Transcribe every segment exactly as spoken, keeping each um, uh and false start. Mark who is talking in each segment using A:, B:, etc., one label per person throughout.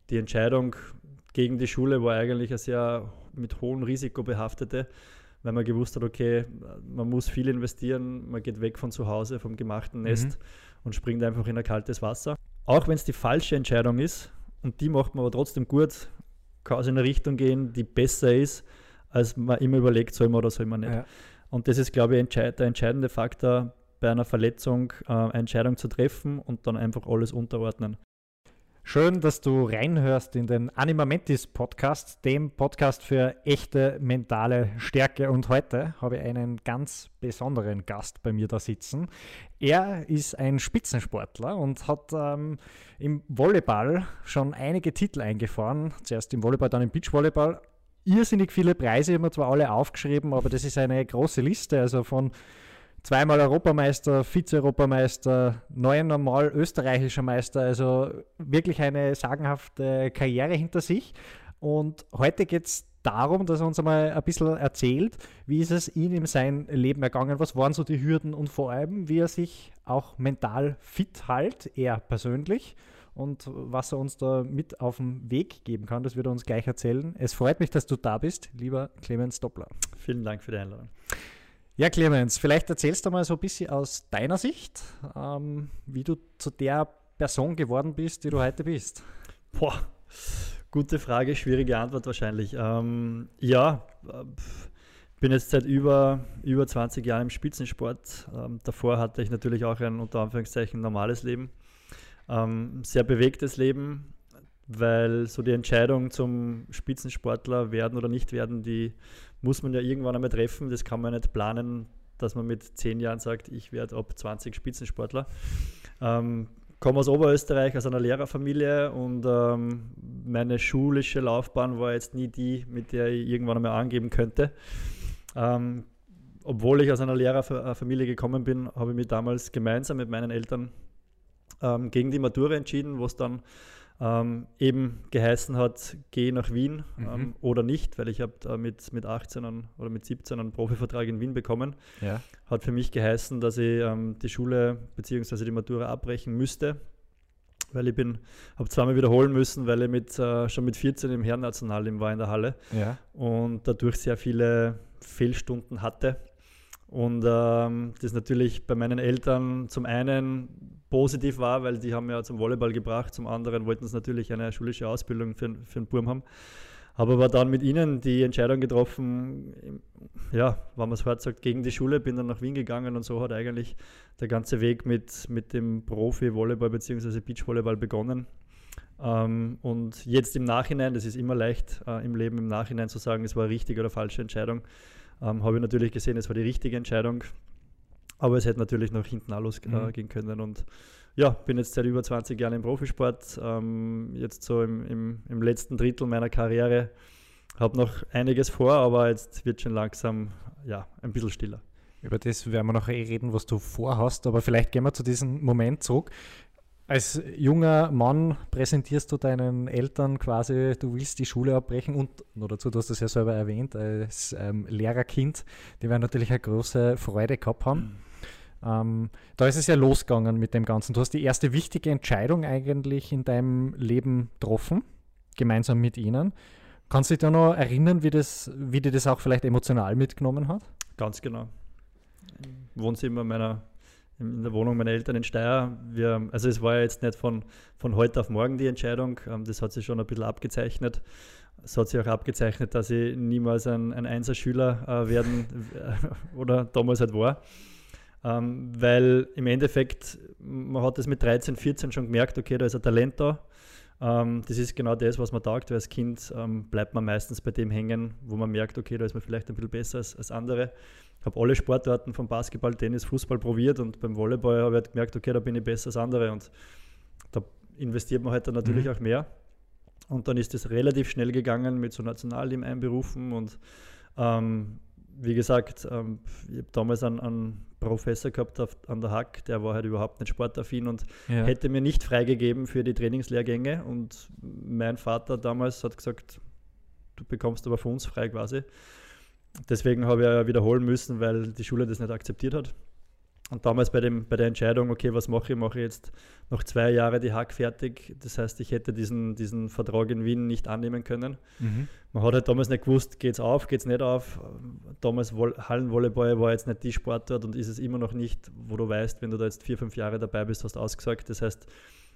A: die Entscheidung gegen die Schule war eigentlich eine sehr mit hohem Risiko behaftete, weil man gewusst hat, okay, man muss viel investieren, man geht weg von zu Hause, vom gemachten Nest mhm. und springt einfach in ein kaltes Wasser. Auch wenn es die falsche Entscheidung ist, und die macht man aber trotzdem gut, kann es in eine Richtung gehen, die besser ist, als man immer überlegt, soll man oder soll man nicht. Ja. Und das ist, glaube ich, entscheid- der entscheidende Faktor bei einer Verletzung, äh, eine Entscheidung zu treffen und dann einfach alles unterordnen.
B: Schön, dass du reinhörst in den Anima Mentis Podcast, dem Podcast für echte mentale Stärke. Und heute habe ich einen ganz besonderen Gast bei mir da sitzen. Er ist ein Spitzensportler und hat ähm, im Volleyball schon einige Titel eingefahren. Zuerst im Volleyball, dann im Beachvolleyball. Irrsinnig viele Preise, haben wir zwar alle aufgeschrieben, aber das ist eine große Liste, also von zweimal Europameister, Vize-Europameister, neunmal österreichischer Meister, also wirklich eine sagenhafte Karriere hinter sich. Und heute geht es darum, dass er uns einmal ein bisschen erzählt, wie ist es ihm in sein Leben ergangen, was waren so die Hürden und vor allem, wie er sich auch mental fit hält, er persönlich, und was er uns da mit auf den Weg geben kann, das wird er uns gleich erzählen. Es freut mich, dass du da bist, lieber Clemens Doppler.
A: Vielen Dank für die Einladung.
B: Ja, Clemens, vielleicht erzählst du mal so ein bisschen aus deiner Sicht, ähm, wie du zu der Person geworden bist, die du heute bist.
A: Boah, gute Frage, schwierige Antwort wahrscheinlich. Ähm, ja, bin jetzt seit über, über zwanzig Jahren im Spitzensport. Ähm, davor hatte ich natürlich auch ein unter Anführungszeichen normales Leben, ähm, sehr bewegtes Leben, weil so die Entscheidung zum Spitzensportler werden oder nicht werden, die muss man ja irgendwann einmal treffen. Das kann man nicht planen, dass man mit zehn Jahren sagt, ich werde ab zwanzig Spitzensportler. Ähm, komme aus Oberösterreich, aus einer Lehrerfamilie, und ähm, meine schulische Laufbahn war jetzt nie die, mit der ich irgendwann einmal angeben könnte. Ähm, obwohl ich aus einer Lehrerfamilie gekommen bin, habe ich mich damals gemeinsam mit meinen Eltern ähm, gegen die Matura entschieden, wo es dann Ähm, eben geheißen hat, geh nach Wien mhm. ähm, oder nicht, weil ich habe äh, mit, mit achtzehn oder mit siebzehn einen Profivertrag in Wien bekommen.
B: Ja.
A: Hat für mich geheißen, dass ich ähm, die Schule bzw. die Matura abbrechen müsste, weil ich bin, habe zweimal wiederholen müssen, weil ich mit, äh, schon mit vierzehn im Herrennationalteam war in der Halle
B: ja.
A: und dadurch sehr viele Fehlstunden hatte. Und ähm, das natürlich bei meinen Eltern zum einen positiv war, weil die haben mir ja zum Volleyball gebracht, zum anderen wollten sie natürlich eine schulische Ausbildung für, für einen Burm haben. Habe aber dann mit ihnen die Entscheidung getroffen, ja, wenn man es hart sagt, gegen die Schule, bin dann nach Wien gegangen, und so hat eigentlich der ganze Weg mit, mit dem Profi-Volleyball bzw. Beachvolleyball begonnen. Ähm, und jetzt im Nachhinein, das ist immer leicht äh, im Leben im Nachhinein zu sagen, es war eine richtige oder falsche Entscheidung, Ähm, habe ich natürlich gesehen, es war die richtige Entscheidung, aber es hätte natürlich noch hinten auch losgehen mhm. können. Und ja, bin jetzt seit über zwanzig Jahren im Profisport, ähm, jetzt so im, im, im letzten Drittel meiner Karriere, habe noch einiges vor, aber jetzt wird schon langsam ja, ein bisschen stiller.
B: Über das werden wir noch eh reden, was du vorhast, aber vielleicht gehen wir zu diesem Moment zurück. Als junger Mann präsentierst du deinen Eltern quasi, du willst die Schule abbrechen, und noch dazu, du hast das ja selber erwähnt, als ähm, Lehrerkind, die werden natürlich eine große Freude gehabt haben. Mhm. Ähm, da ist es ja losgegangen mit dem Ganzen. Du hast die erste wichtige Entscheidung eigentlich in deinem Leben getroffen, gemeinsam mit ihnen. Kannst du dich da noch erinnern, wie, das, wie dir das auch vielleicht emotional mitgenommen hat?
A: Ganz genau. Wohnzimmer meiner in der Wohnung meiner Eltern in Steyr. Wir, also es war ja jetzt nicht von, von heute auf morgen die Entscheidung, das hat sich schon ein bisschen abgezeichnet. Es hat sich auch abgezeichnet, dass ich niemals ein, ein Einser-Schüler äh, werden oder damals halt war. Ähm, weil im Endeffekt, man hat das mit dreizehn, vierzehn schon gemerkt, okay, da ist ein Talent da. Ähm, das ist genau das, was man taugt, weil als Kind ähm, bleibt man meistens bei dem hängen, wo man merkt, okay, da ist man vielleicht ein bisschen besser als, als andere. Ich habe alle Sportarten von Basketball, Tennis, Fußball probiert, und beim Volleyball habe ich halt gemerkt, okay, da bin ich besser als andere, und da investiert man halt dann natürlich mhm. auch mehr. Und dann ist es relativ schnell gegangen mit so Nationalteam einberufen, und ähm, wie gesagt, ähm, ich habe damals einen, einen Professor gehabt auf, an der Hack, der war halt überhaupt nicht sportaffin und ja. hätte mir nicht freigegeben für die Trainingslehrgänge, und mein Vater damals hat gesagt, du bekommst aber von uns frei quasi. Deswegen habe ich ja wiederholen müssen, weil die Schule das nicht akzeptiert hat. und damals bei, dem, bei der Entscheidung, okay, was mache ich, mache ich jetzt noch zwei Jahre die Hack fertig. Das heißt, ich hätte diesen, diesen Vertrag in Wien nicht annehmen können. Mhm. Man hat halt damals nicht gewusst, geht es auf, geht es nicht auf. Damals Hallenvolleyball war jetzt nicht die Sportart und ist es immer noch nicht, wo du weißt, wenn du da jetzt vier, fünf Jahre dabei bist, hast du ausgesagt. Das heißt,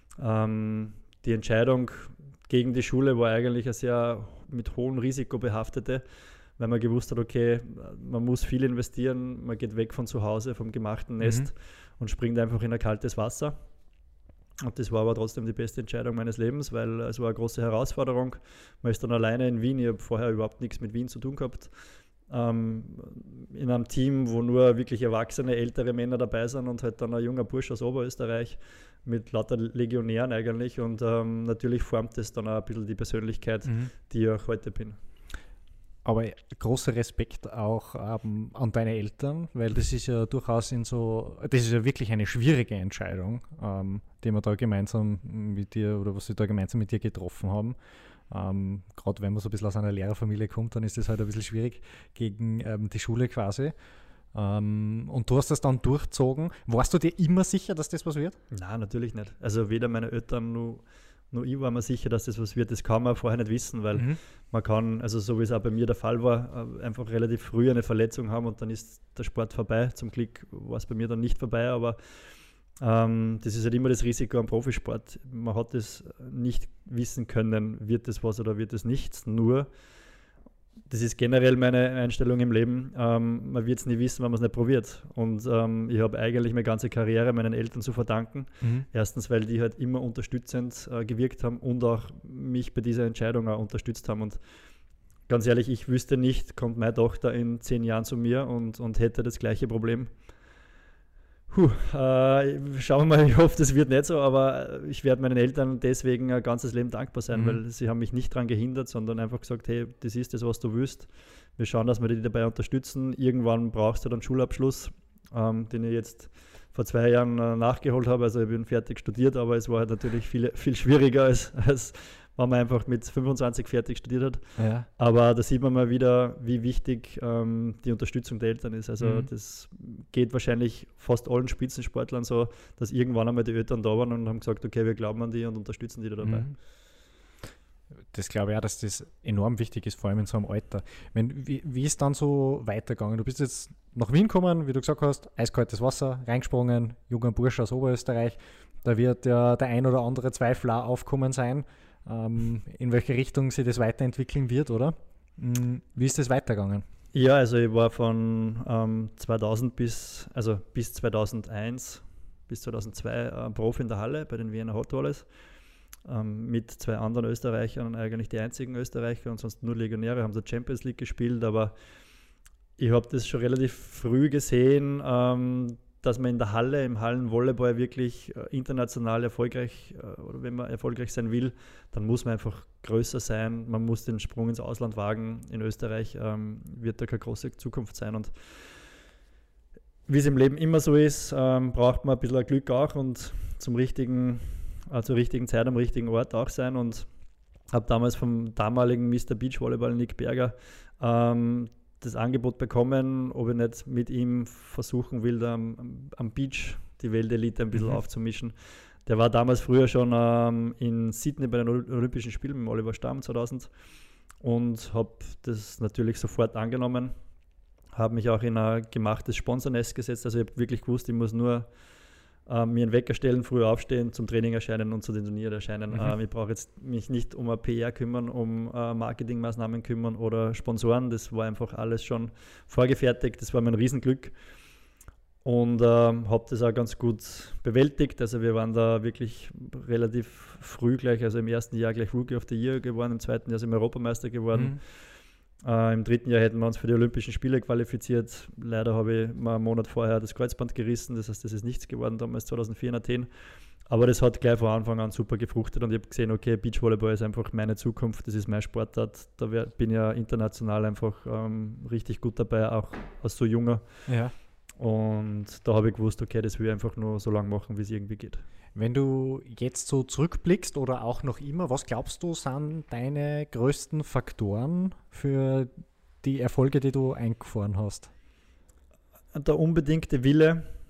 A: ähm, die Entscheidung gegen die Schule war eigentlich eine sehr mit hohem Risiko behaftete, weil man gewusst hat, okay, man muss viel investieren, man geht weg von zu Hause, vom gemachten Nest mhm. und springt einfach in ein kaltes Wasser. Und das war aber trotzdem die beste Entscheidung meines Lebens, weil es war eine große Herausforderung. Man ist dann alleine in Wien, ich habe vorher überhaupt nichts mit Wien zu tun gehabt, ähm, in einem Team, wo nur wirklich erwachsene, ältere Männer dabei sind und halt dann ein junger Bursch aus Oberösterreich mit lauter Legionären eigentlich. Und ähm, natürlich formt es dann auch ein bisschen die Persönlichkeit, mhm. die ich auch heute bin.
B: Aber großer Respekt auch ähm, an deine Eltern, weil das ist ja durchaus in so, das ist ja wirklich eine schwierige Entscheidung, ähm, die wir da gemeinsam mit dir oder was sie da gemeinsam mit dir getroffen haben. Ähm, Gerade wenn man so ein bisschen aus einer Lehrerfamilie kommt, dann ist das halt ein bisschen schwierig gegen ähm, die Schule quasi. Ähm, und du hast das dann durchzogen. Warst du dir immer sicher, dass das was wird?
A: Nein, natürlich nicht. Also weder meine Eltern noch Nur ich war mir sicher, dass das was wird. Das kann man vorher nicht wissen, weil mhm. man kann, also so wie es auch bei mir der Fall war, einfach relativ früh eine Verletzung haben und dann ist der Sport vorbei. Zum Glück war es bei mir dann nicht vorbei, aber ähm, das ist halt immer das Risiko am Profisport. Man hat es nicht wissen können, wird das was oder wird es nichts. Nur, das ist generell meine Einstellung im Leben, ähm, man wird es nie wissen, wenn man es nicht probiert. Und ähm, ich habe eigentlich meine ganze Karriere meinen Eltern zu verdanken. Mhm. Erstens, weil die halt immer unterstützend äh, gewirkt haben und auch mich bei dieser Entscheidung auch unterstützt haben. Und ganz ehrlich, ich wüsste nicht, kommt meine Tochter in zehn Jahren zu mir und, und hätte das gleiche Problem. Puh, äh, schauen wir mal, ich hoffe, das wird nicht so, aber ich werde meinen Eltern deswegen ein ganzes Leben dankbar sein, mhm. weil sie haben mich nicht daran gehindert, sondern einfach gesagt, hey, das ist das, was du willst. Wir schauen, dass wir dich dabei unterstützen. Irgendwann brauchst du dann Schulabschluss, ähm, den ich jetzt vor zwei Jahren äh, nachgeholt habe. Also ich bin fertig studiert, aber es war halt natürlich viel, viel schwieriger, als, als wenn man einfach mit fünfundzwanzig fertig studiert hat. Ja. Aber da sieht man mal wieder, wie wichtig ähm, die Unterstützung der Eltern ist. Also mhm. das geht wahrscheinlich fast allen Spitzensportlern so, dass irgendwann einmal die Eltern da waren und haben gesagt, okay, wir glauben an die und unterstützen die da dabei. Mhm.
B: Das glaube ich auch, dass das enorm wichtig ist, vor allem in so einem Alter. Wenn, wie, wie ist dann so weitergegangen? Du bist jetzt nach Wien gekommen, wie du gesagt hast, eiskaltes Wasser, reingesprungen, junger Bursch aus Oberösterreich. Da wird ja der ein oder andere Zweifel auch aufkommen sein, ähm, in welche Richtung sich das weiterentwickeln wird, oder? Wie ist das weitergegangen?
A: Ja, also ich war von ähm, zweitausend bis, also bis zweitausendeins bis zweitausendzwei äh, Profi in der Halle bei den Wiener Hot Rollers. Ähm, mit zwei anderen Österreichern, eigentlich die einzigen Österreicher und sonst nur Legionäre, haben so Champions League gespielt, aber ich habe das schon relativ früh gesehen, ähm, dass man in der Halle, im Hallenvolleyball wirklich äh, international erfolgreich, äh, oder wenn man erfolgreich sein will, dann muss man einfach größer sein, man muss den Sprung ins Ausland wagen. In Österreich ähm, wird da keine große Zukunft sein und wie es im Leben immer so ist, ähm, braucht man ein bisschen Glück auch und zum richtigen äh, zur richtigen Zeit am richtigen Ort auch sein und habe damals vom damaligen Mister Beachvolleyball Nick Berger ähm, das Angebot bekommen, ob ich nicht mit ihm versuchen will, da am, am Beach die Weltelite ein bisschen mhm. aufzumischen. Der war damals früher schon ähm, in Sydney bei den Olympischen Spielen mit Oliver Stamm zweitausend und habe das natürlich sofort angenommen. Habe mich auch in ein gemachtes Sponsornest gesetzt. Also ich habe wirklich gewusst, ich muss nur äh, mir einen Wecker stellen, früh aufstehen, zum Training erscheinen und zu den Turnieren erscheinen. Mhm. Äh, ich brauche jetzt mich nicht um ein P R kümmern, um äh, Marketingmaßnahmen kümmern oder Sponsoren. Das war einfach alles schon vorgefertigt. Das war mein Riesenglück. Und äh, habe das auch ganz gut bewältigt. Also wir waren da wirklich relativ früh gleich, also im ersten Jahr gleich Rookie of the Year geworden, im zweiten Jahr sind wir Europameister geworden. Mhm. Äh, Im dritten Jahr hätten wir uns für die Olympischen Spiele qualifiziert. Leider habe ich mal einen Monat vorher das Kreuzband gerissen, das heißt, das ist nichts geworden damals zweitausendvier in Athen. Aber das hat gleich von Anfang an super gefruchtet und ich habe gesehen, okay, Beachvolleyball ist einfach meine Zukunft, das ist mein Sportart. Da wär, bin ich ja international einfach ähm, richtig gut dabei, auch als so junger. Ja. Und da habe ich gewusst, okay, das will ich einfach nur so lange machen, wie es irgendwie geht.
B: Wenn du jetzt so zurückblickst oder auch noch immer, was glaubst du, sind deine größten Faktoren für die Erfolge, die du eingefahren hast?
A: Der unbedingte Wille,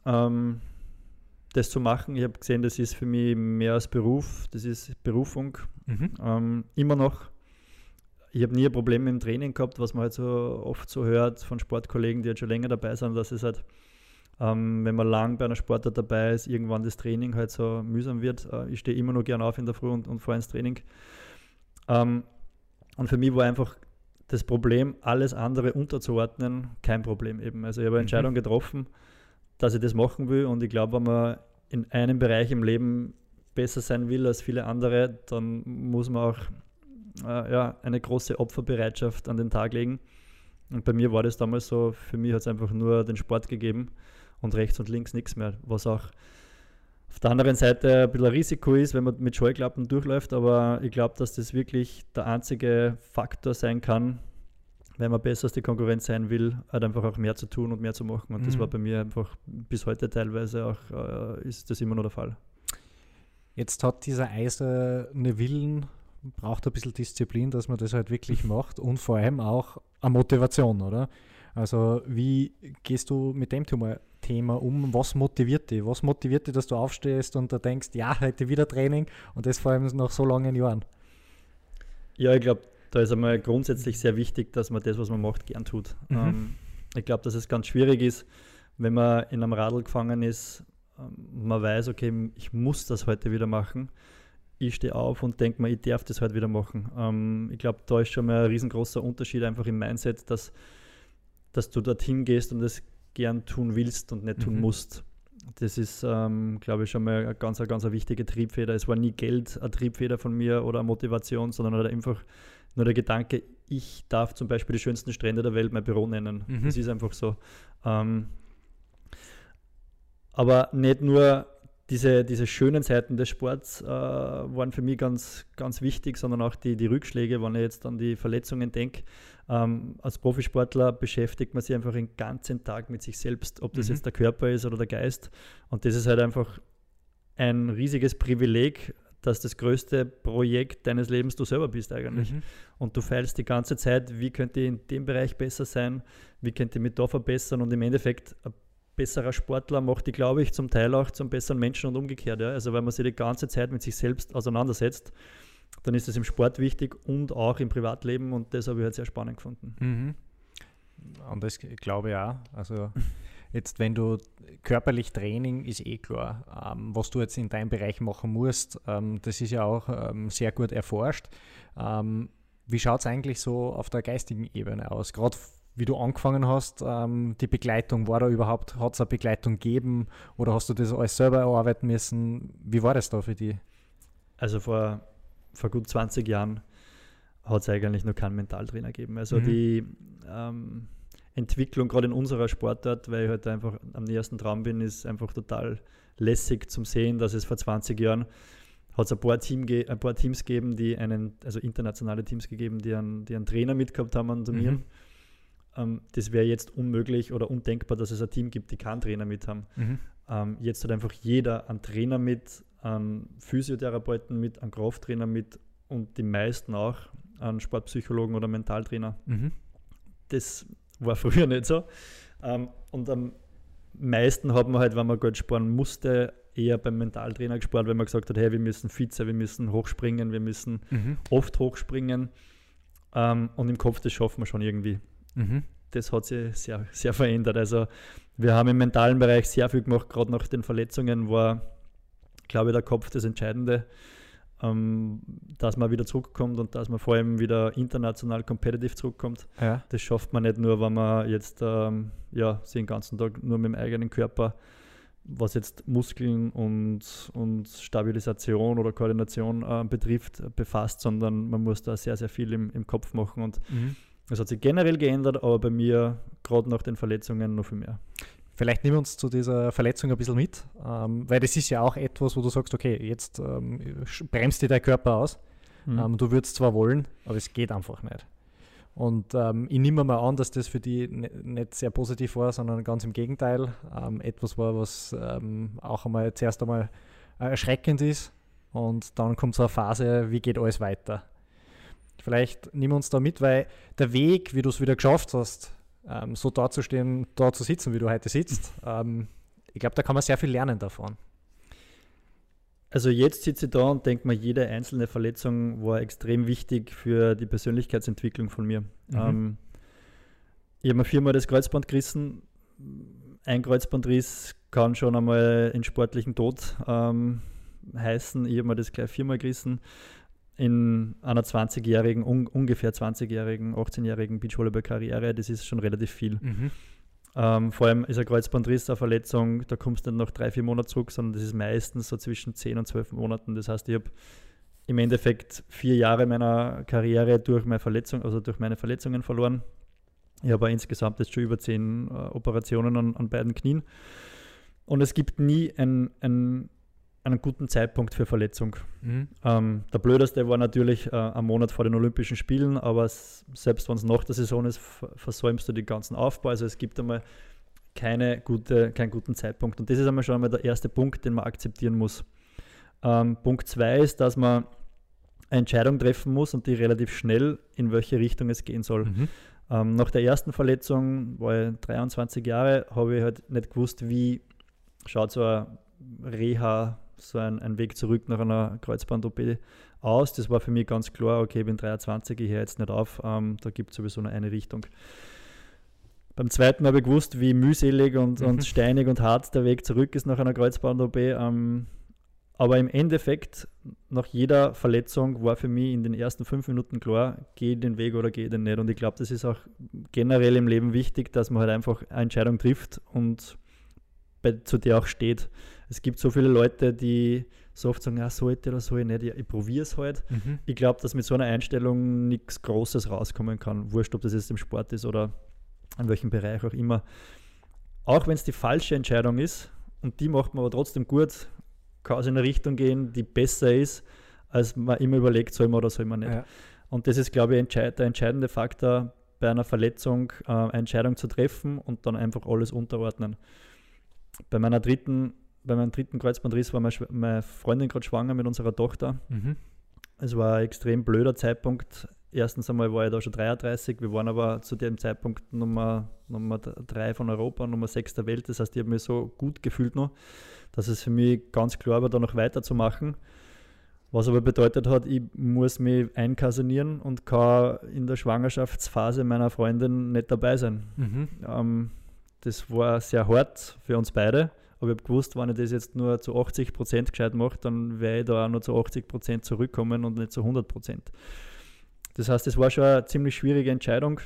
A: ähm, das zu machen. Ich habe gesehen, das ist für mich mehr als Beruf, das ist Berufung.
B: Mhm.
A: Ähm, immer noch. Ich habe nie ein Problem mit dem Training gehabt, was man halt so oft so hört von Sportkollegen, die halt schon länger dabei sind, dass es halt, ähm, wenn man lang bei einer Sportart dabei ist, irgendwann das Training halt so mühsam wird. Äh, ich stehe immer noch gerne auf in der Früh und, und fahre ins Training. Ähm, und für mich war einfach das Problem, alles andere unterzuordnen, kein Problem eben. Also ich habe eine
B: Mhm.
A: Entscheidung getroffen, dass ich das machen will, und ich glaube, wenn man in einem Bereich im Leben besser sein will als viele andere, dann muss man auch äh, ja, eine große Opferbereitschaft an den Tag legen. Und bei mir war das damals so, für mich hat es einfach nur den Sport gegeben und rechts und links nichts mehr, was auch auf der anderen Seite ein bisschen ein Risiko ist, wenn man mit Scheuklappen durchläuft, aber ich glaube, dass das wirklich der einzige Faktor sein kann, wenn man besser als die Konkurrenz sein will, halt einfach auch mehr zu tun und mehr zu machen. Und mhm. das war bei mir einfach bis heute teilweise auch, äh, ist das immer noch der Fall.
B: Jetzt hat dieser eiserne Willen, braucht ein bisschen Disziplin, dass man das halt wirklich macht, und vor allem auch eine Motivation, oder? Also wie gehst du mit dem Thema um? Was motiviert dich? Was motiviert dich, dass du aufstehst und da denkst, ja, heute wieder Training, und das vor allem nach so langen Jahren?
A: Ja, ich glaube, da ist einmal grundsätzlich sehr wichtig, dass man das, was man macht, gern tut. Mhm. Ähm, ich glaube, dass es ganz schwierig ist, wenn man in einem Radl gefangen ist, ähm, man weiß, okay, ich muss das heute wieder machen. Ich stehe auf und denke mir, ich darf das heute wieder machen. Ähm, ich glaube, da ist schon mal ein riesengroßer Unterschied einfach im Mindset, dass, dass du dorthin gehst und das gern tun willst und nicht tun mhm. musst. Das ist, ähm, glaube ich, schon mal eine ganz, eine ganz eine wichtige Triebfeder. Es war nie Geld eine Triebfeder von mir oder eine Motivation, sondern halt einfach nur der Gedanke, ich darf zum Beispiel die schönsten Strände der Welt mein Büro nennen. Mhm. Das ist einfach so. Ähm, aber nicht nur diese, diese schönen Seiten des Sports äh, waren für mich ganz, ganz wichtig, sondern auch die, die Rückschläge, wenn ich jetzt an die Verletzungen denke. Ähm, als Profisportler beschäftigt man sich einfach den ganzen Tag mit sich selbst, ob das mhm. jetzt der Körper ist oder der Geist. Und das ist halt einfach ein riesiges Privileg, dass das größte Projekt deines Lebens du selber bist eigentlich. Mhm. Und du feilst die ganze Zeit, wie könnte ich in dem Bereich besser sein, wie könnte ich mich da verbessern, und im Endeffekt ein besserer Sportler macht die, glaube ich, zum Teil auch zum besseren Menschen und umgekehrt. Ja? Also wenn man sich die ganze Zeit mit sich selbst auseinandersetzt, dann ist das im Sport wichtig und auch im Privatleben, und das habe ich halt sehr spannend gefunden.
B: Mhm. Und das glaube ich auch. Also jetzt, wenn du körperlich Training, ist eh klar, ähm, was du jetzt in deinem Bereich machen musst, ähm, das ist ja auch ähm, sehr gut erforscht. Ähm, wie schaut es eigentlich so auf der geistigen Ebene aus? Gerade wie du angefangen hast, ähm, die Begleitung, war da überhaupt, hat es eine Begleitung gegeben oder hast du das alles selber erarbeiten müssen? Wie war das da für dich?
A: Also vor, vor gut zwanzig Jahren hat es eigentlich noch keinen Mentaltrainer gegeben. Also mhm. die ähm, Entwicklung gerade in unserer Sportart, weil ich halt einfach am nächsten dran bin, ist einfach total lässig zum Sehen, dass es vor zwanzig Jahren hat es ein paar, Team ge- ein paar Teams gegeben, die einen, also internationale Teams gegeben, die einen, die einen Trainer mitgehabt haben an Turnieren. Mhm. Ähm, das wäre jetzt unmöglich oder undenkbar, dass es ein Team gibt, die keinen Trainer mit haben. Mhm. Ähm, jetzt hat einfach jeder einen Trainer mit, einen Physiotherapeuten mit, einen Krafttrainer mit und die meisten auch einen Sportpsychologen oder Mentaltrainer. Mhm. Das war früher nicht so. Ähm, und am meisten hat man halt, wenn man Geld sparen musste, eher beim Mentaltrainer gespart, weil man gesagt hat, hey, wir müssen fit sein, wir müssen hochspringen, wir müssen mhm. oft hochspringen. Ähm, und im Kopf, das schaffen wir schon irgendwie. Mhm. Das hat sich sehr, sehr verändert. Also wir haben im mentalen Bereich sehr viel gemacht, gerade nach den Verletzungen war, glaube ich, der Kopf das Entscheidende, ähm, dass man wieder zurückkommt und dass man vor allem wieder international competitive zurückkommt. Ja. Das schafft man nicht nur, wenn man jetzt ähm, ja, sich den ganzen Tag nur mit dem eigenen Körper, was jetzt Muskeln und, und Stabilisation oder Koordination äh, betrifft, befasst, sondern man muss da sehr, sehr viel im, im Kopf machen. Und mhm. das hat sich generell geändert, aber bei mir, gerade nach den Verletzungen, noch viel mehr.
B: Vielleicht nehmen wir uns zu dieser Verletzung ein bisschen mit, ähm, weil das ist ja auch etwas, wo du sagst, okay, jetzt ähm, bremst dir dein Körper aus. Mhm. Ähm, du würdest zwar wollen, aber es geht einfach nicht. Und ähm, ich nehme mal an, dass das für die ne, nicht sehr positiv war, sondern ganz im Gegenteil. Ähm, etwas war, was ähm, auch einmal zuerst einmal äh, erschreckend ist. Und dann kommt so eine Phase, wie geht alles weiter? Vielleicht nehmen wir uns da mit, weil der Weg, wie du es wieder geschafft hast, ähm, so dazustehen, da zu sitzen, wie du heute sitzt, ähm, ich glaube, da kann man sehr viel lernen davon.
A: Also jetzt sitze ich da und denke mir, jede einzelne Verletzung war extrem wichtig für die Persönlichkeitsentwicklung von mir. Mhm. Ähm, ich habe mir viermal das Kreuzband gerissen. Ein Kreuzbandriss kann schon einmal einen sportlichen Tod ähm, heißen. Ich habe mir das gleich viermal gerissen. In einer zwanzigjährigen, un, ungefähr zwanzigjährigen, achtzehnjährigen Beachvolleyball-Karriere, das ist schon relativ viel. Mhm. Ähm, vor allem ist ein Kreuzbandriss eine Verletzung, da kommst du nicht nach drei, vier Monaten zurück, sondern das ist meistens so zwischen zehn und zwölf Monaten. Das heißt, ich habe im Endeffekt vier Jahre meiner Karriere durch meine Verletzung, also durch meine Verletzungen verloren. Ich habe insgesamt jetzt schon über zehn äh, Operationen an, an beiden Knien. Und es gibt nie ein, ein, einen guten Zeitpunkt für Verletzung. Mhm. Ähm, der blödeste war natürlich äh, ein Monat vor den Olympischen Spielen, aber s- selbst wenn es nach der Saison ist, f- versäumst du den ganzen Aufbau. Also es gibt einmal keine gute, keinen guten Zeitpunkt. Und das ist einmal schon einmal der erste Punkt, den man akzeptieren muss. Ähm, Punkt zwei ist, dass man eine Entscheidung treffen muss und die relativ schnell, in welche Richtung es gehen soll. Mhm. Ähm, nach der ersten Verletzung, war ich dreiundzwanzig Jahre, habe ich halt nicht gewusst, wie schaut so ein Reha, so ein, ein Weg zurück nach einer Kreuzband-O P aus. Das war für mich ganz klar, okay, ich bin dreiundzwanzig, ich höre jetzt nicht auf, ähm, da gibt es sowieso nur eine Richtung. Beim zweiten habe ich gewusst, wie mühselig und, mhm. und steinig und hart der Weg zurück ist nach einer Kreuzband-O P. Ähm, aber im Endeffekt, nach jeder Verletzung war für mich in den ersten fünf Minuten klar, gehe ich den Weg oder gehe ich den nicht. Und ich glaube, das ist auch generell im Leben wichtig, dass man halt einfach eine Entscheidung trifft und bei, zu der auch steht. Es gibt so viele Leute, die so oft sagen, ja, sollte oder soll ich nicht, ja, ich probiere es halt. Mhm. Ich glaube, dass mit so einer Einstellung nichts Großes rauskommen kann. Wurscht, ob das jetzt im Sport ist oder in welchem Bereich auch immer. Auch wenn es die falsche Entscheidung ist und die macht man aber trotzdem gut, kann es in eine Richtung gehen, die besser ist, als man immer überlegt, soll man oder soll man nicht. Ja. Und das ist, glaube ich, entscheid- der entscheidende Faktor bei einer Verletzung, äh, eine Entscheidung zu treffen und dann einfach alles unterordnen. Bei meiner dritten, bei meinem dritten Kreuzbandriss war meine, Schw- meine Freundin gerade schwanger mit unserer Tochter. Mhm. Es war ein extrem blöder Zeitpunkt. Erstens einmal war ich da schon dreiunddreißig, wir waren aber zu dem Zeitpunkt Nummer, Nummer drei von Europa, Nummer sechs der Welt. Das heißt, ich habe mich so gut gefühlt noch, dass es für mich ganz klar war, da noch weiterzumachen. Was aber bedeutet hat, ich muss mich einkasernieren und kann in der Schwangerschaftsphase meiner Freundin nicht dabei sein. Mhm. Ähm, das war sehr hart für uns beide, aber ich habe gewusst, wenn ich das jetzt nur zu achtzig Prozent gescheit mache, dann werde ich da auch nur zu achtzig Prozent zurückkommen und nicht zu hundert Prozent. Das heißt, es war schon eine ziemlich schwierige Entscheidung.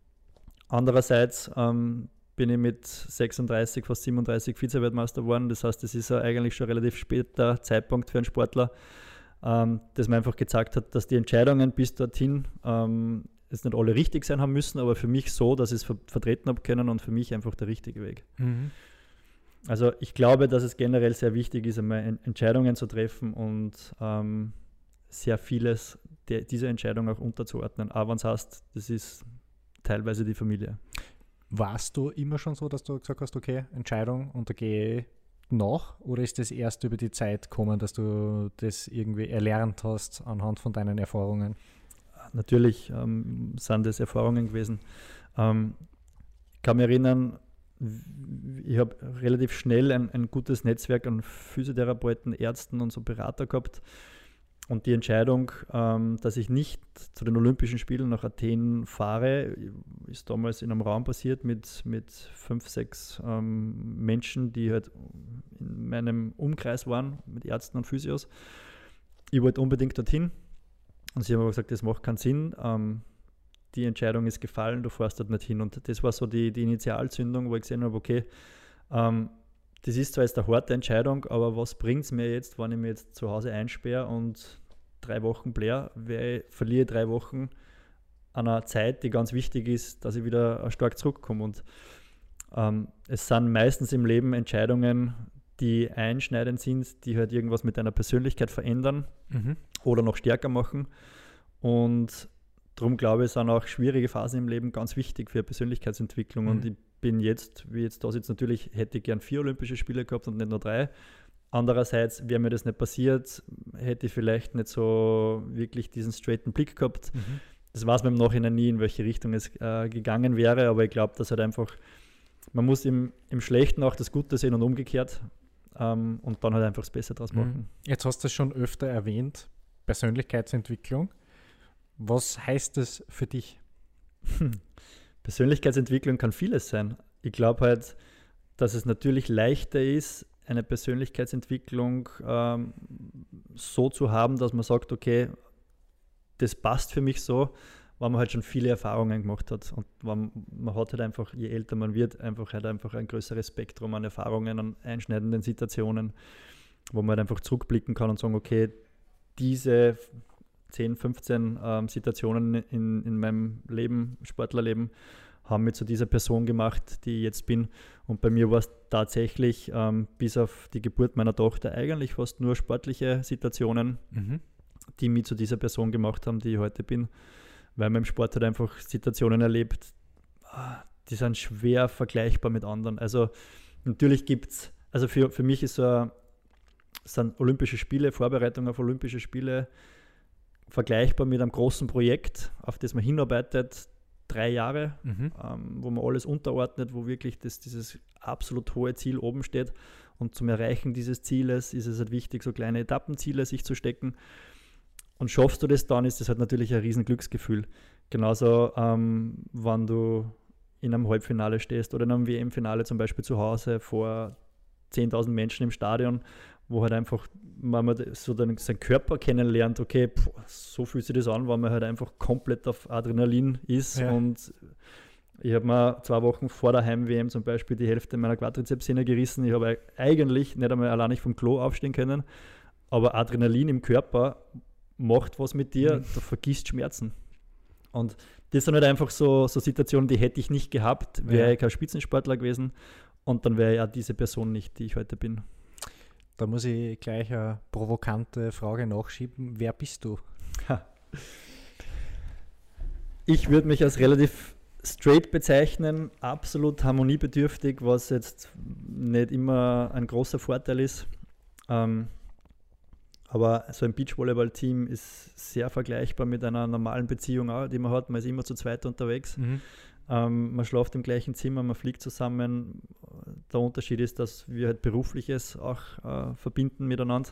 A: Andererseits ähm, bin ich mit sechsunddreißig, fast siebenunddreißig Vize-Weltmeister geworden. Das heißt, das ist ja eigentlich schon ein relativ später Zeitpunkt für einen Sportler, ähm, dass man einfach gezeigt hat, dass die Entscheidungen bis dorthin ähm, jetzt nicht alle richtig sein haben müssen, aber für mich so, dass ich es ver- vertreten habe können und für mich einfach der richtige Weg. Mhm. Also ich glaube, dass es generell sehr wichtig ist, einmal en- Entscheidungen zu treffen und ähm, sehr vieles der, dieser Entscheidung auch unterzuordnen. Aber wenn es heißt, das ist teilweise die Familie.
B: Warst du immer schon so, dass du gesagt hast, okay, Entscheidung und da gehe ich nach? Oder ist das erst über die Zeit gekommen, dass du das irgendwie erlernt hast anhand von deinen Erfahrungen?
A: Natürlich ähm, sind das Erfahrungen gewesen. Ähm, ich kann mich erinnern, ich habe relativ schnell ein, ein gutes Netzwerk an Physiotherapeuten, Ärzten und so Berater gehabt. Und die Entscheidung, ähm, dass ich nicht zu den Olympischen Spielen nach Athen fahre, ist damals in einem Raum passiert mit, mit fünf, sechs ähm, Menschen, die halt in meinem Umkreis waren, mit Ärzten und Physios. Ich wollte unbedingt dorthin und sie haben aber gesagt, das macht keinen Sinn. Ähm, die Entscheidung ist gefallen, du fährst dort nicht hin. Und das war so die, die Initialzündung, wo ich gesehen habe, okay, ähm, das ist zwar jetzt eine harte Entscheidung, aber was bringt es mir jetzt, wenn ich mich jetzt zu Hause einsperre und drei Wochen bläre, weil ich verliere drei Wochen an einer Zeit, die ganz wichtig ist, dass ich wieder stark zurückkomme. Und ähm, es sind meistens im Leben Entscheidungen, die einschneidend sind, die halt irgendwas mit deiner Persönlichkeit verändern mhm. oder noch stärker machen. Und darum glaube ich, sind auch schwierige Phasen im Leben ganz wichtig für Persönlichkeitsentwicklung. Mhm. Und ich bin jetzt, wie jetzt da sitzt, natürlich hätte ich gern vier Olympische Spiele gehabt und nicht nur drei. Andererseits wäre mir das nicht passiert, hätte ich vielleicht nicht so wirklich diesen straighten Blick gehabt. Mhm. Das weiß man im Nachhinein nie, in welche Richtung es äh, gegangen wäre, aber ich glaube, dass halt einfach man muss im, im Schlechten auch das Gute sehen und umgekehrt ähm, und dann halt einfach das Beste draus machen.
B: Jetzt hast du es schon öfter erwähnt, Persönlichkeitsentwicklung. Was heißt das für dich?
A: Hm. Persönlichkeitsentwicklung kann vieles sein. Ich glaube halt, dass es natürlich leichter ist, eine Persönlichkeitsentwicklung ähm, so zu haben, dass man sagt, okay, das passt für mich so, weil man halt schon viele Erfahrungen gemacht hat. Und man, man hat halt einfach, je älter man wird, einfach halt einfach ein größeres Spektrum an Erfahrungen, an einschneidenden Situationen, wo man halt einfach zurückblicken kann und sagen, okay, diese zehn, fünfzehn ähm, Situationen in, in meinem Leben, Sportlerleben, haben mich zu dieser Person gemacht, die ich jetzt bin. Und bei mir war es tatsächlich ähm, bis auf die Geburt meiner Tochter eigentlich fast nur sportliche Situationen, mhm. die mich zu dieser Person gemacht haben, die ich heute bin. Weil man im Sport halt einfach Situationen erlebt, die sind schwer vergleichbar mit anderen. Also natürlich gibt es, also für, für mich ist so ein, sind Olympische Spiele, Vorbereitung auf Olympische Spiele vergleichbar mit einem großen Projekt, auf das man hinarbeitet, drei Jahre, mhm. ähm, wo man alles unterordnet, wo wirklich das, dieses absolut hohe Ziel oben steht. Und zum Erreichen dieses Zieles ist es halt wichtig, so kleine Etappenziele sich zu stecken. Und schaffst du das dann, ist das halt natürlich ein riesen Glücksgefühl. Genauso, ähm, wenn du in einem Halbfinale stehst oder in einem W M-Finale zum Beispiel zu Hause vor zehntausend Menschen im Stadion, wo halt einfach, wenn man so dann seinen Körper kennenlernt, okay, pff, so fühlt sich das an, weil man halt einfach komplett auf Adrenalin ist. Ja. Und ich habe mir zwei Wochen vor der Heim-W M zum Beispiel die Hälfte meiner Quadrizepssehne gerissen. Ich habe eigentlich nicht einmal allein nicht vom Klo aufstehen können, aber Adrenalin im Körper macht was mit dir, mhm. du vergisst Schmerzen. Und das sind halt einfach so, so Situationen, die hätte ich nicht gehabt, wäre ja. ich kein Spitzensportler gewesen und dann wäre ja diese Person nicht, die ich heute bin.
B: Da muss ich gleich eine provokante Frage nachschieben. Wer bist du?
A: Ich würde mich als relativ straight bezeichnen, absolut harmoniebedürftig, was jetzt nicht immer ein großer Vorteil ist. Ähm, aber so ein Beachvolleyball-Team ist sehr vergleichbar mit einer normalen Beziehung auch, die man hat. Man ist immer zu zweit unterwegs. Mhm. Ähm, man schläft im gleichen Zimmer, man fliegt zusammen. Der Unterschied ist, dass wir halt Berufliches auch äh, verbinden miteinander.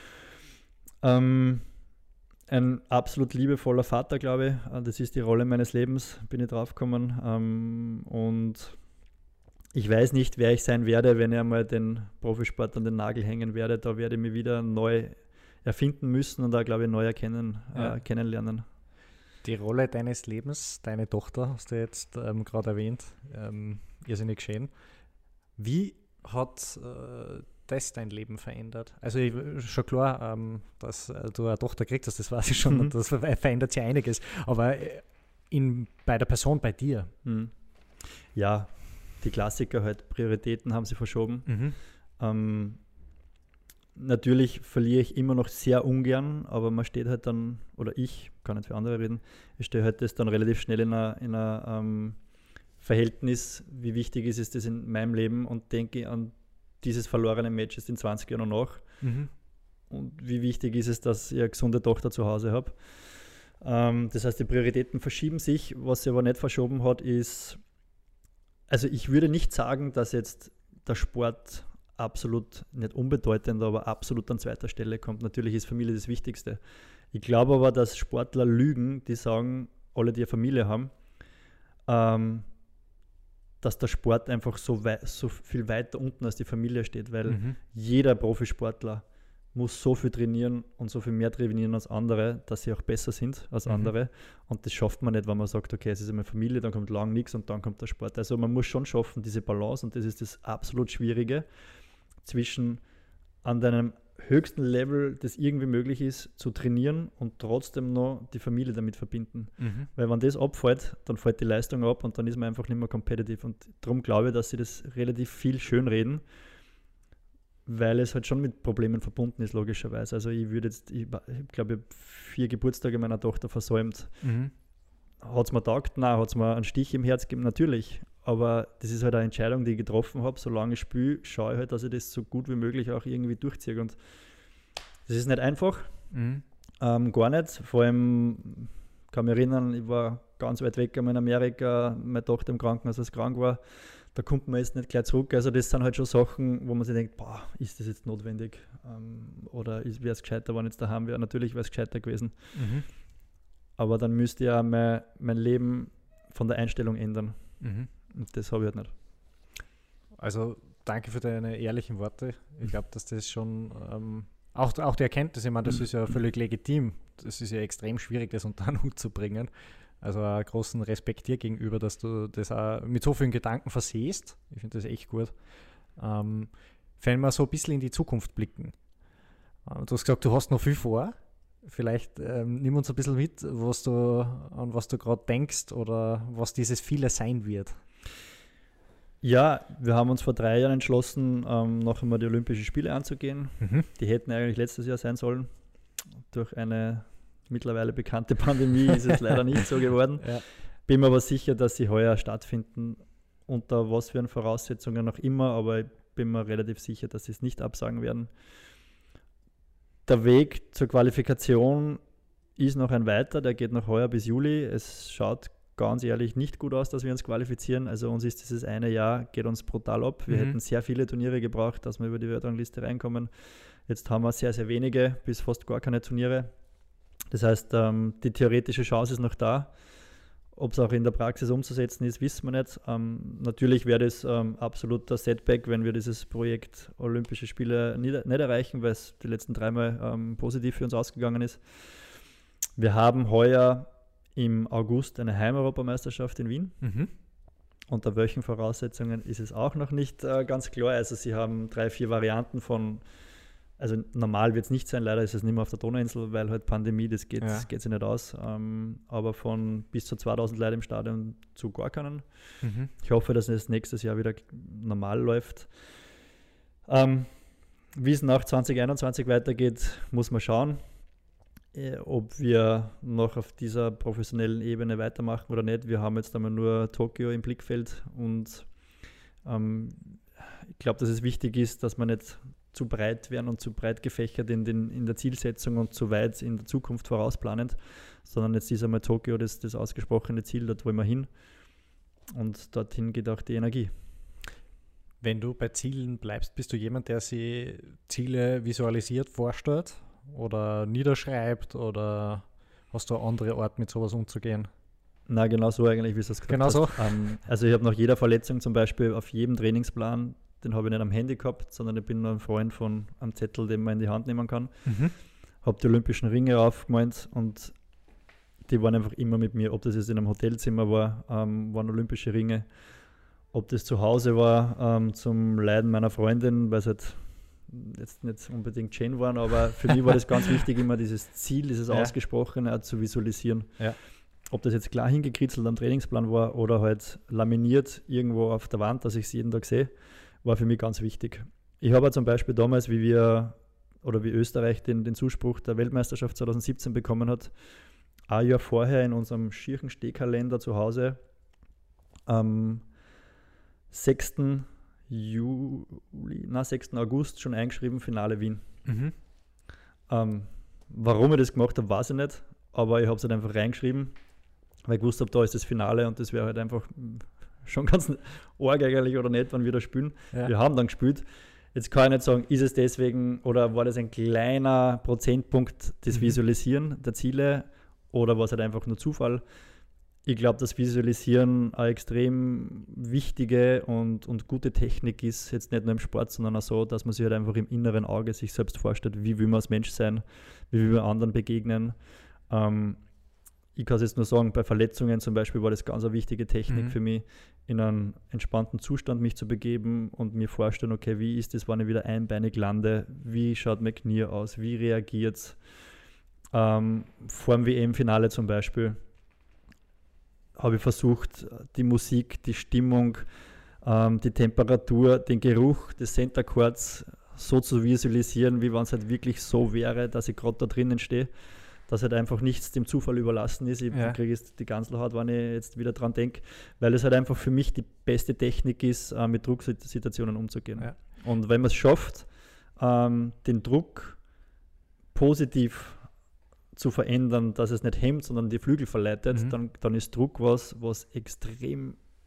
A: Ähm, ein absolut liebevoller Vater, glaube ich. Das ist die Rolle meines Lebens, bin ich draufgekommen. Ähm, und ich weiß nicht, wer ich sein werde, wenn ich einmal den Profisport an den Nagel hängen werde. Da werde ich mich wieder neu erfinden müssen und da, glaube ich, neu erkennen, ja. äh, kennenlernen.
B: Die Rolle deines Lebens, deine Tochter, hast du jetzt ähm, gerade erwähnt, ähm, irrsinnig schön. Wie hat äh, das dein Leben verändert? Also ich, schon klar, ähm, dass äh, du eine Tochter gekriegt hast, das weiß ich schon, mhm. und das verändert sich einiges. Aber in, bei der Person, bei dir?
A: Mhm. Ja, die Klassiker halt, Prioritäten haben sie verschoben. Mhm. Ähm, Natürlich verliere ich immer noch sehr ungern, aber man steht halt dann, oder ich, kann nicht für andere reden, ich stehe halt das dann relativ schnell in einem ähm, Verhältnis, wie wichtig ist es das in meinem Leben und denke an dieses verlorene Match jetzt in zwanzig Jahren noch nach. Mhm. Und wie wichtig ist es, dass ich eine gesunde Tochter zu Hause habe. Ähm, das heißt, die Prioritäten verschieben sich. Was sie aber nicht verschoben hat, ist, also ich würde nicht sagen, dass jetzt der Sport absolut, nicht unbedeutend, aber absolut an zweiter Stelle kommt. Natürlich ist Familie das Wichtigste. Ich glaube aber, dass Sportler lügen, die sagen, alle, die eine Familie haben, ähm, dass der Sport einfach so, wei- so viel weiter unten als die Familie steht, weil mhm. jeder Profisportler muss so viel trainieren und so viel mehr trainieren als andere, dass sie auch besser sind als mhm. andere. Und das schafft man nicht, wenn man sagt, okay, es ist eine Familie, dann kommt lang nichts und dann kommt der Sport. Also man muss schon schaffen, diese Balance, und das ist das absolut Schwierige, zwischen an deinem höchsten Level, das irgendwie möglich ist, zu trainieren und trotzdem noch die Familie damit verbinden. Mhm. Weil wenn das abfällt, dann fällt die Leistung ab und dann ist man einfach nicht mehr competitive. Und darum glaube ich, dass sie das relativ viel schönreden, weil es halt schon mit Problemen verbunden ist, logischerweise. Also ich würde jetzt, ich, ich glaube, ich habe vier Geburtstage meiner Tochter versäumt. Mhm. Hat es mir taugt? Nein. Hat es mir einen Stich im Herz gegeben? Natürlich. Aber das ist halt eine Entscheidung, die ich getroffen habe. Solange ich spiele, schaue ich halt, dass ich das so gut wie möglich auch irgendwie durchziehe. Und das ist nicht einfach. Mhm. Ähm, gar nicht. Vor allem, kann mich erinnern, ich war ganz weit weg in Amerika, meine Tochter im Krankenhaus, als krank war. da kommt man jetzt nicht gleich zurück. Also das sind halt schon Sachen, wo man sich denkt, boah, ist das jetzt notwendig? Ähm, oder wäre es gescheiter, wenn jetzt daheim wäre? Natürlich wäre es gescheiter gewesen.
B: Mhm.
A: Aber dann müsste ja mein, mein Leben von der Einstellung ändern.
B: Mhm.
A: Und das habe ich halt nicht.
B: Also danke für deine ehrlichen Worte. Ich glaube, dass das schon, ähm, auch, auch die Erkenntnis, ich meine, das ist ja völlig legitim. Das ist ja extrem schwierig, das unter einen Hut zu bringen. Also einen großen Respekt dir gegenüber, dass du das auch mit so vielen Gedanken versehst. Ich finde das echt gut. Ähm, wenn wir so ein bisschen in die Zukunft blicken. Äh, du hast gesagt, du hast noch viel vor. Vielleicht ähm, nimm uns ein bisschen mit, was du, an was du gerade denkst oder was dieses Viele sein wird.
A: Ja, wir haben uns vor drei Jahren entschlossen, ähm, noch einmal die Olympischen Spiele anzugehen.
B: Mhm.
A: Die hätten eigentlich letztes Jahr sein sollen. Durch eine mittlerweile bekannte Pandemie ist es leider nicht so geworden.
B: Ja.
A: Bin mir aber sicher, dass sie heuer stattfinden, unter was für Voraussetzungen noch immer, aber ich bin mir relativ sicher, dass sie es nicht absagen werden. Der Weg zur Qualifikation ist noch ein weiter, der geht noch heuer bis Juli. Es schaut ganz ehrlich nicht gut aus, dass wir uns qualifizieren. Also uns ist dieses eine Jahr, geht uns brutal ab. Wir mhm. hätten sehr viele Turniere gebraucht, dass wir über die Weltrangliste reinkommen. Jetzt haben wir sehr, sehr wenige, bis fast gar keine Turniere. Das heißt, ähm, die theoretische Chance ist noch da. Ob es auch in der Praxis umzusetzen ist, wissen wir nicht. Ähm, natürlich wäre das ähm, absoluter Setback, wenn wir dieses Projekt Olympische Spiele nicht, nicht erreichen, weil es die letzten dreimal ähm, positiv für uns ausgegangen ist. Wir haben heuer im August eine Heimeuropameisterschaft in Wien. Mhm. Unter welchen Voraussetzungen ist es auch noch nicht äh, ganz klar. Also sie haben drei, vier Varianten von, also normal wird es nicht sein, leider ist es nicht mehr auf der Donauinsel, weil halt Pandemie, das geht, ja. geht sich nicht aus. Ähm, aber von bis zu zweitausend Leuten im Stadion zu gar keinen. Mhm. Ich hoffe, dass es nächstes Jahr wieder normal läuft. Ähm, wie es nach zwanzig einundzwanzig weitergeht, muss man schauen. Ob wir noch auf dieser professionellen Ebene weitermachen oder nicht. Wir haben jetzt einmal nur Tokio im Blickfeld und ähm, ich glaube, dass es wichtig ist, dass wir nicht zu breit werden und zu breit gefächert in, den, in der Zielsetzung und zu weit in der Zukunft vorausplanend, sondern jetzt ist einmal Tokio das, das ausgesprochene Ziel, dort wollen wir hin und dorthin geht auch die Energie.
B: Wenn du bei Zielen bleibst, bist du jemand, der sich Ziele visualisiert, vorstellt? Oder niederschreibt oder hast du eine andere Art, mit sowas umzugehen?
A: Na, genau so eigentlich, wie du es gesagt
B: genau
A: hast.
B: So.
A: Ähm, also ich habe nach jeder Verletzung zum Beispiel auf jedem Trainingsplan, den habe ich nicht am Handy gehabt, sondern ich bin nur ein Freund von einem Zettel, den man in die Hand nehmen kann. Mhm. Habe die Olympischen Ringe aufgemalt und die waren einfach immer mit mir, ob das jetzt in einem Hotelzimmer war, ähm, waren olympische Ringe, ob das zu Hause war, ähm, zum Leiden meiner Freundin, weil es halt jetzt nicht unbedingt schön waren, aber für mich war das ganz wichtig, immer dieses Ziel, dieses ja. Ausgesprochene zu visualisieren. Ja. Ob das jetzt klar hingekritzelt am Trainingsplan war oder halt laminiert irgendwo auf der Wand, dass ich es jeden Tag sehe, war für mich ganz wichtig. Ich habe zum Beispiel damals, wie wir oder wie Österreich den, den Zuspruch der Weltmeisterschaft zwanzig siebzehn bekommen hat, ein Jahr vorher in unserem schieren Stehkalender zu Hause am sechsten Juli, na, sechsten August schon eingeschrieben, Finale Wien. Mhm. Ähm, warum ich das gemacht habe, weiß ich nicht, aber ich habe es halt einfach reingeschrieben, weil ich wusste habe, da ist das Finale und das wäre halt einfach schon ganz arg eigentlich oder nicht, wenn wir da spielen. Ja. Wir haben dann gespielt. Jetzt kann ich nicht sagen, ist es deswegen oder war das ein kleiner Prozentpunkt des mhm. Visualisieren der Ziele oder war es halt einfach nur Zufall? Ich glaube, dass Visualisieren eine extrem wichtige und, und gute Technik ist, jetzt nicht nur im Sport, sondern auch so, dass man sich halt einfach im inneren Auge sich selbst vorstellt, wie will man als Mensch sein, wie will man anderen begegnen. Ähm, ich kann es jetzt nur sagen, bei Verletzungen zum Beispiel war das ganz eine wichtige Technik mhm. für mich, in einen entspannten Zustand mich zu begeben und mir vorstellen, okay, wie ist das, wenn ich wieder einbeinig lande, wie schaut mein Knie aus, wie reagiert es. Ähm, vor dem W M-Finale zum Beispiel habe ich versucht, die Musik, die Stimmung, ähm, die Temperatur, den Geruch des Center Courts so zu visualisieren, wie wenn es halt wirklich so wäre, dass ich gerade da drinnen stehe, dass halt einfach nichts dem Zufall überlassen ist. Ich ja. kriege jetzt die Ganselhaut, wenn ich jetzt wieder dran denke, weil es halt einfach für mich die beste Technik ist, äh, mit Drucksituationen umzugehen. Ja. Und wenn man es schafft, ähm, den Druck positiv zu verändern, dass es nicht hemmt, sondern die Flügel verleitet, mhm. dann, dann ist Druck was, was extrem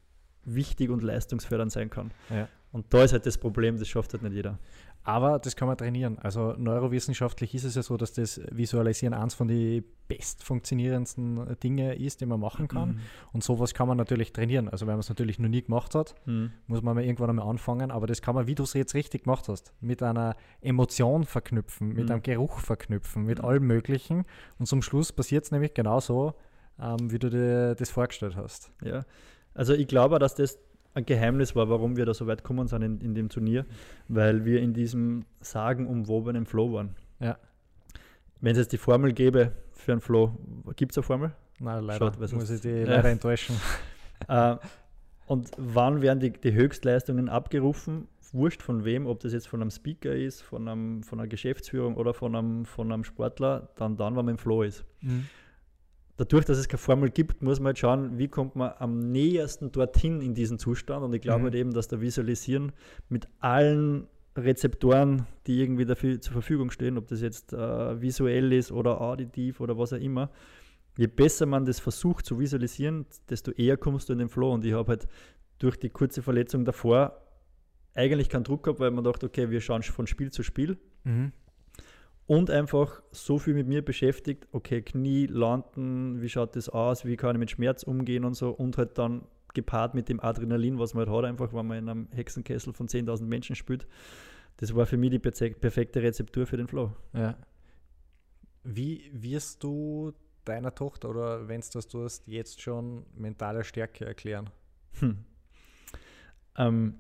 A: wichtig und leistungsfördernd sein kann.
B: Ja.
A: Und da ist halt das Problem, das schafft halt nicht jeder.
B: Aber das kann man trainieren. Also neurowissenschaftlich ist es ja so, dass das Visualisieren eins von den best funktionierendsten Dinge ist, die man machen kann. Mhm. Und sowas kann man natürlich trainieren. Also wenn man es natürlich noch nie gemacht hat, mhm. muss man mal irgendwann einmal anfangen. Aber das kann man, wie du es jetzt richtig gemacht hast, mit einer Emotion verknüpfen, mit mhm. einem Geruch verknüpfen, mit mhm. allem Möglichen. Und zum Schluss passiert es nämlich genauso, ähm, wie du dir das vorgestellt hast.
A: Ja, also ich glaube, dass das ein Geheimnis war, warum wir da so weit gekommen sind in, in dem Turnier, weil wir in diesem sagenumwobenen Flow waren.
B: Ja.
A: Wenn es jetzt die Formel gäbe für einen Flow, gibt es eine Formel?
B: Nein, leider
A: Schaut,
B: muss ich die
A: ja.
B: leider enttäuschen.
A: äh, und wann werden die, die Höchstleistungen abgerufen? Wurscht von wem, ob das jetzt von einem Speaker ist, von, einem, von einer Geschäftsführung oder von einem, von einem Sportler, dann, dann, wenn man im Flow ist. Mhm. Dadurch, dass es keine Formel gibt, muss man halt schauen, wie kommt man am nähersten dorthin in diesen Zustand. Und ich glaube mhm. halt eben, dass der Visualisieren mit allen Rezeptoren, die irgendwie dafür zur Verfügung stehen, ob das jetzt äh, visuell ist oder auditiv oder was auch immer, je besser man das versucht zu visualisieren, desto eher kommst du in den Flow. Und ich habe halt durch die kurze Verletzung davor eigentlich keinen Druck gehabt, weil man dachte, okay, wir schauen von Spiel zu Spiel. Mhm. Und einfach so viel mit mir beschäftigt, okay, Knie, landen, wie schaut das aus, wie kann ich mit Schmerz umgehen und so. Und halt dann gepaart mit dem Adrenalin, was man halt hat, einfach, wenn man in einem Hexenkessel von zehntausend Menschen spielt. Das war für mich die perfekte Rezeptur für den Flow.
B: Ja. Wie wirst du deiner Tochter, oder wenn es das tust, jetzt schon mentale Stärke erklären? Hm.
A: Ähm,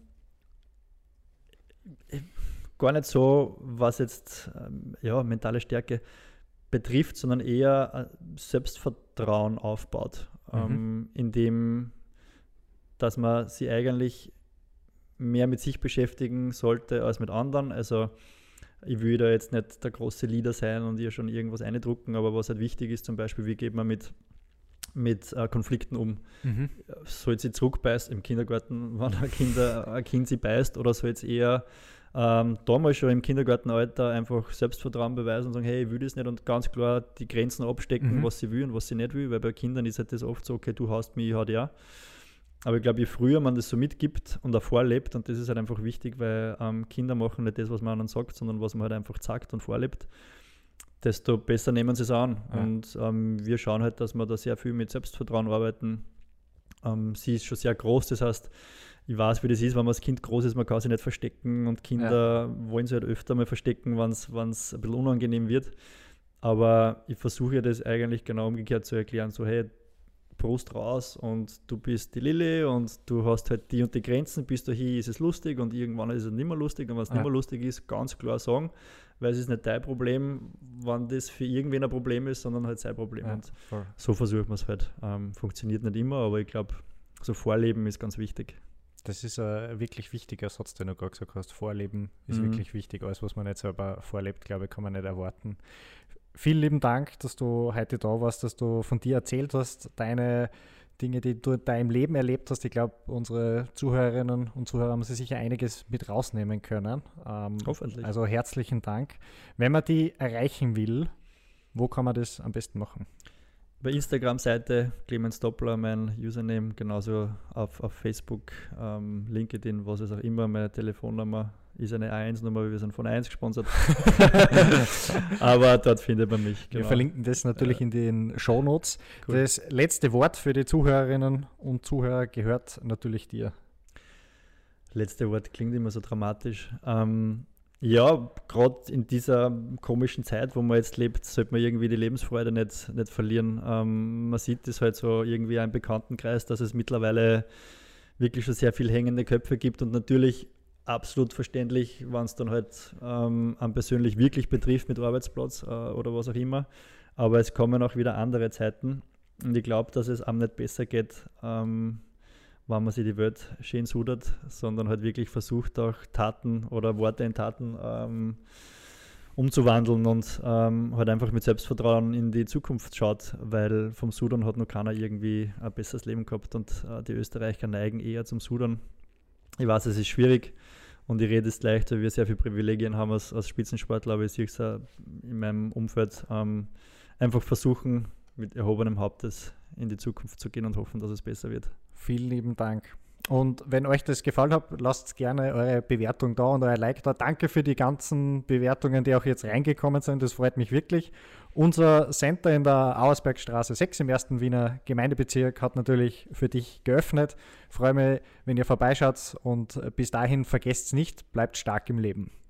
A: ich, Gar nicht so, was jetzt ähm, ja, mentale Stärke betrifft, sondern eher äh, Selbstvertrauen aufbaut, mhm. ähm, indem, dass man sich eigentlich mehr mit sich beschäftigen sollte als mit anderen. Also ich will da jetzt nicht der große Leader sein und ihr schon irgendwas eindrucken, aber was halt wichtig ist, zum Beispiel, wie geht man mit, mit äh, Konflikten um? Mhm. Soll sie zurückbeißen im Kindergarten, wenn ein, Kinder, ein Kind sie beißt, oder soll es eher Ähm, damals schon im Kindergartenalter einfach Selbstvertrauen beweisen und sagen, hey, ich will das nicht, und ganz klar die Grenzen abstecken, mhm. was sie will und was sie nicht will, weil bei Kindern ist halt das oft so, okay, du haust mich, ich hau dich auch. Aber ich glaube, je früher man das so mitgibt und auch vorlebt, und das ist halt einfach wichtig, weil ähm, Kinder machen nicht das, was man anderen sagt, sondern was man halt einfach sagt und vorlebt, desto besser nehmen sie es an. Ja. Und ähm, wir schauen halt, dass wir da sehr viel mit Selbstvertrauen arbeiten. Ähm, sie ist schon sehr groß, das heißt, ich weiß, wie das ist, wenn man als Kind groß ist, man kann sich nicht verstecken, und Kinder ja. wollen sich halt öfter mal verstecken, wenn es ein bisschen unangenehm wird. Aber ich versuche das eigentlich genau umgekehrt zu erklären, so hey, Brust raus und du bist die Lilly und du hast halt die und die Grenzen, bis dahin ist es lustig und irgendwann ist es nicht mehr lustig, und wenn es ja. nicht mehr lustig ist, ganz klar sagen, weil es ist nicht dein Problem, wenn das für irgendwen ein Problem ist, sondern halt sein Problem. Ja, und so versucht man es halt. Ähm, funktioniert nicht immer, aber ich glaube, so Vorleben ist ganz wichtig.
B: Das ist ein wirklich wichtiger Satz, den du gerade gesagt hast. Vorleben ist mhm. wirklich wichtig. Alles, was man nicht selber vorlebt, glaube ich, kann man nicht erwarten. Vielen lieben Dank, dass du heute da warst, dass du von dir erzählt hast, deine Dinge, die du in deinem Leben erlebt hast. Ich glaube, unsere Zuhörerinnen und Zuhörer haben sich sicher einiges mit rausnehmen können. Ähm,
A: Hoffentlich.
B: Also herzlichen Dank. Wenn man die erreichen will, wo kann man das am besten machen?
A: Bei Instagram-Seite Clemens Doppler, mein Username, genauso auf, auf Facebook, ähm, LinkedIn, was es auch immer. Meine Telefonnummer ist eine eins Nummer, wir sind von eins gesponsert. Aber dort findet man mich.
B: Genau. Wir verlinken das natürlich in den Shownotes. Cool. Das letzte Wort für die Zuhörerinnen und Zuhörer gehört natürlich dir.
A: Letzte Wort klingt immer so dramatisch. Ähm, Ja, gerade in dieser komischen Zeit, wo man jetzt lebt, sollte man irgendwie die Lebensfreude nicht, nicht verlieren. Ähm, man sieht das halt so irgendwie im Bekanntenkreis, dass es mittlerweile wirklich schon sehr viel hängende Köpfe gibt, und natürlich absolut verständlich, wenn es dann halt ähm, einen persönlich wirklich betrifft mit Arbeitsplatz äh, oder was auch immer. Aber es kommen auch wieder andere Zeiten, und ich glaube, dass es einem nicht besser geht, ähm, wenn man sich die Welt schön sudert, sondern halt wirklich versucht, auch Taten oder Worte in Taten ähm, umzuwandeln und ähm, halt einfach mit Selbstvertrauen in die Zukunft schaut, weil vom Sudern hat noch keiner irgendwie ein besseres Leben gehabt, und äh, die Österreicher neigen eher zum Sudern. Ich weiß, es ist schwierig, und ich rede es leicht, weil wir sehr viele Privilegien haben als, als Spitzensportler, aber ich sehe es auch in meinem Umfeld, ähm, einfach versuchen, mit erhobenem Hauptes in die Zukunft zu gehen und hoffen, dass es besser wird.
B: Vielen lieben Dank. Und wenn euch das gefallen hat, lasst gerne eure Bewertung da und euer Like da. Danke für die ganzen Bewertungen, die auch jetzt reingekommen sind. Das freut mich wirklich. Unser Center in der Auersbergstraße sechs im ersten Wiener Gemeindebezirk hat natürlich für dich geöffnet. Ich freue mich, wenn ihr vorbeischaut und bis dahin vergesst es nicht, bleibt stark im Leben.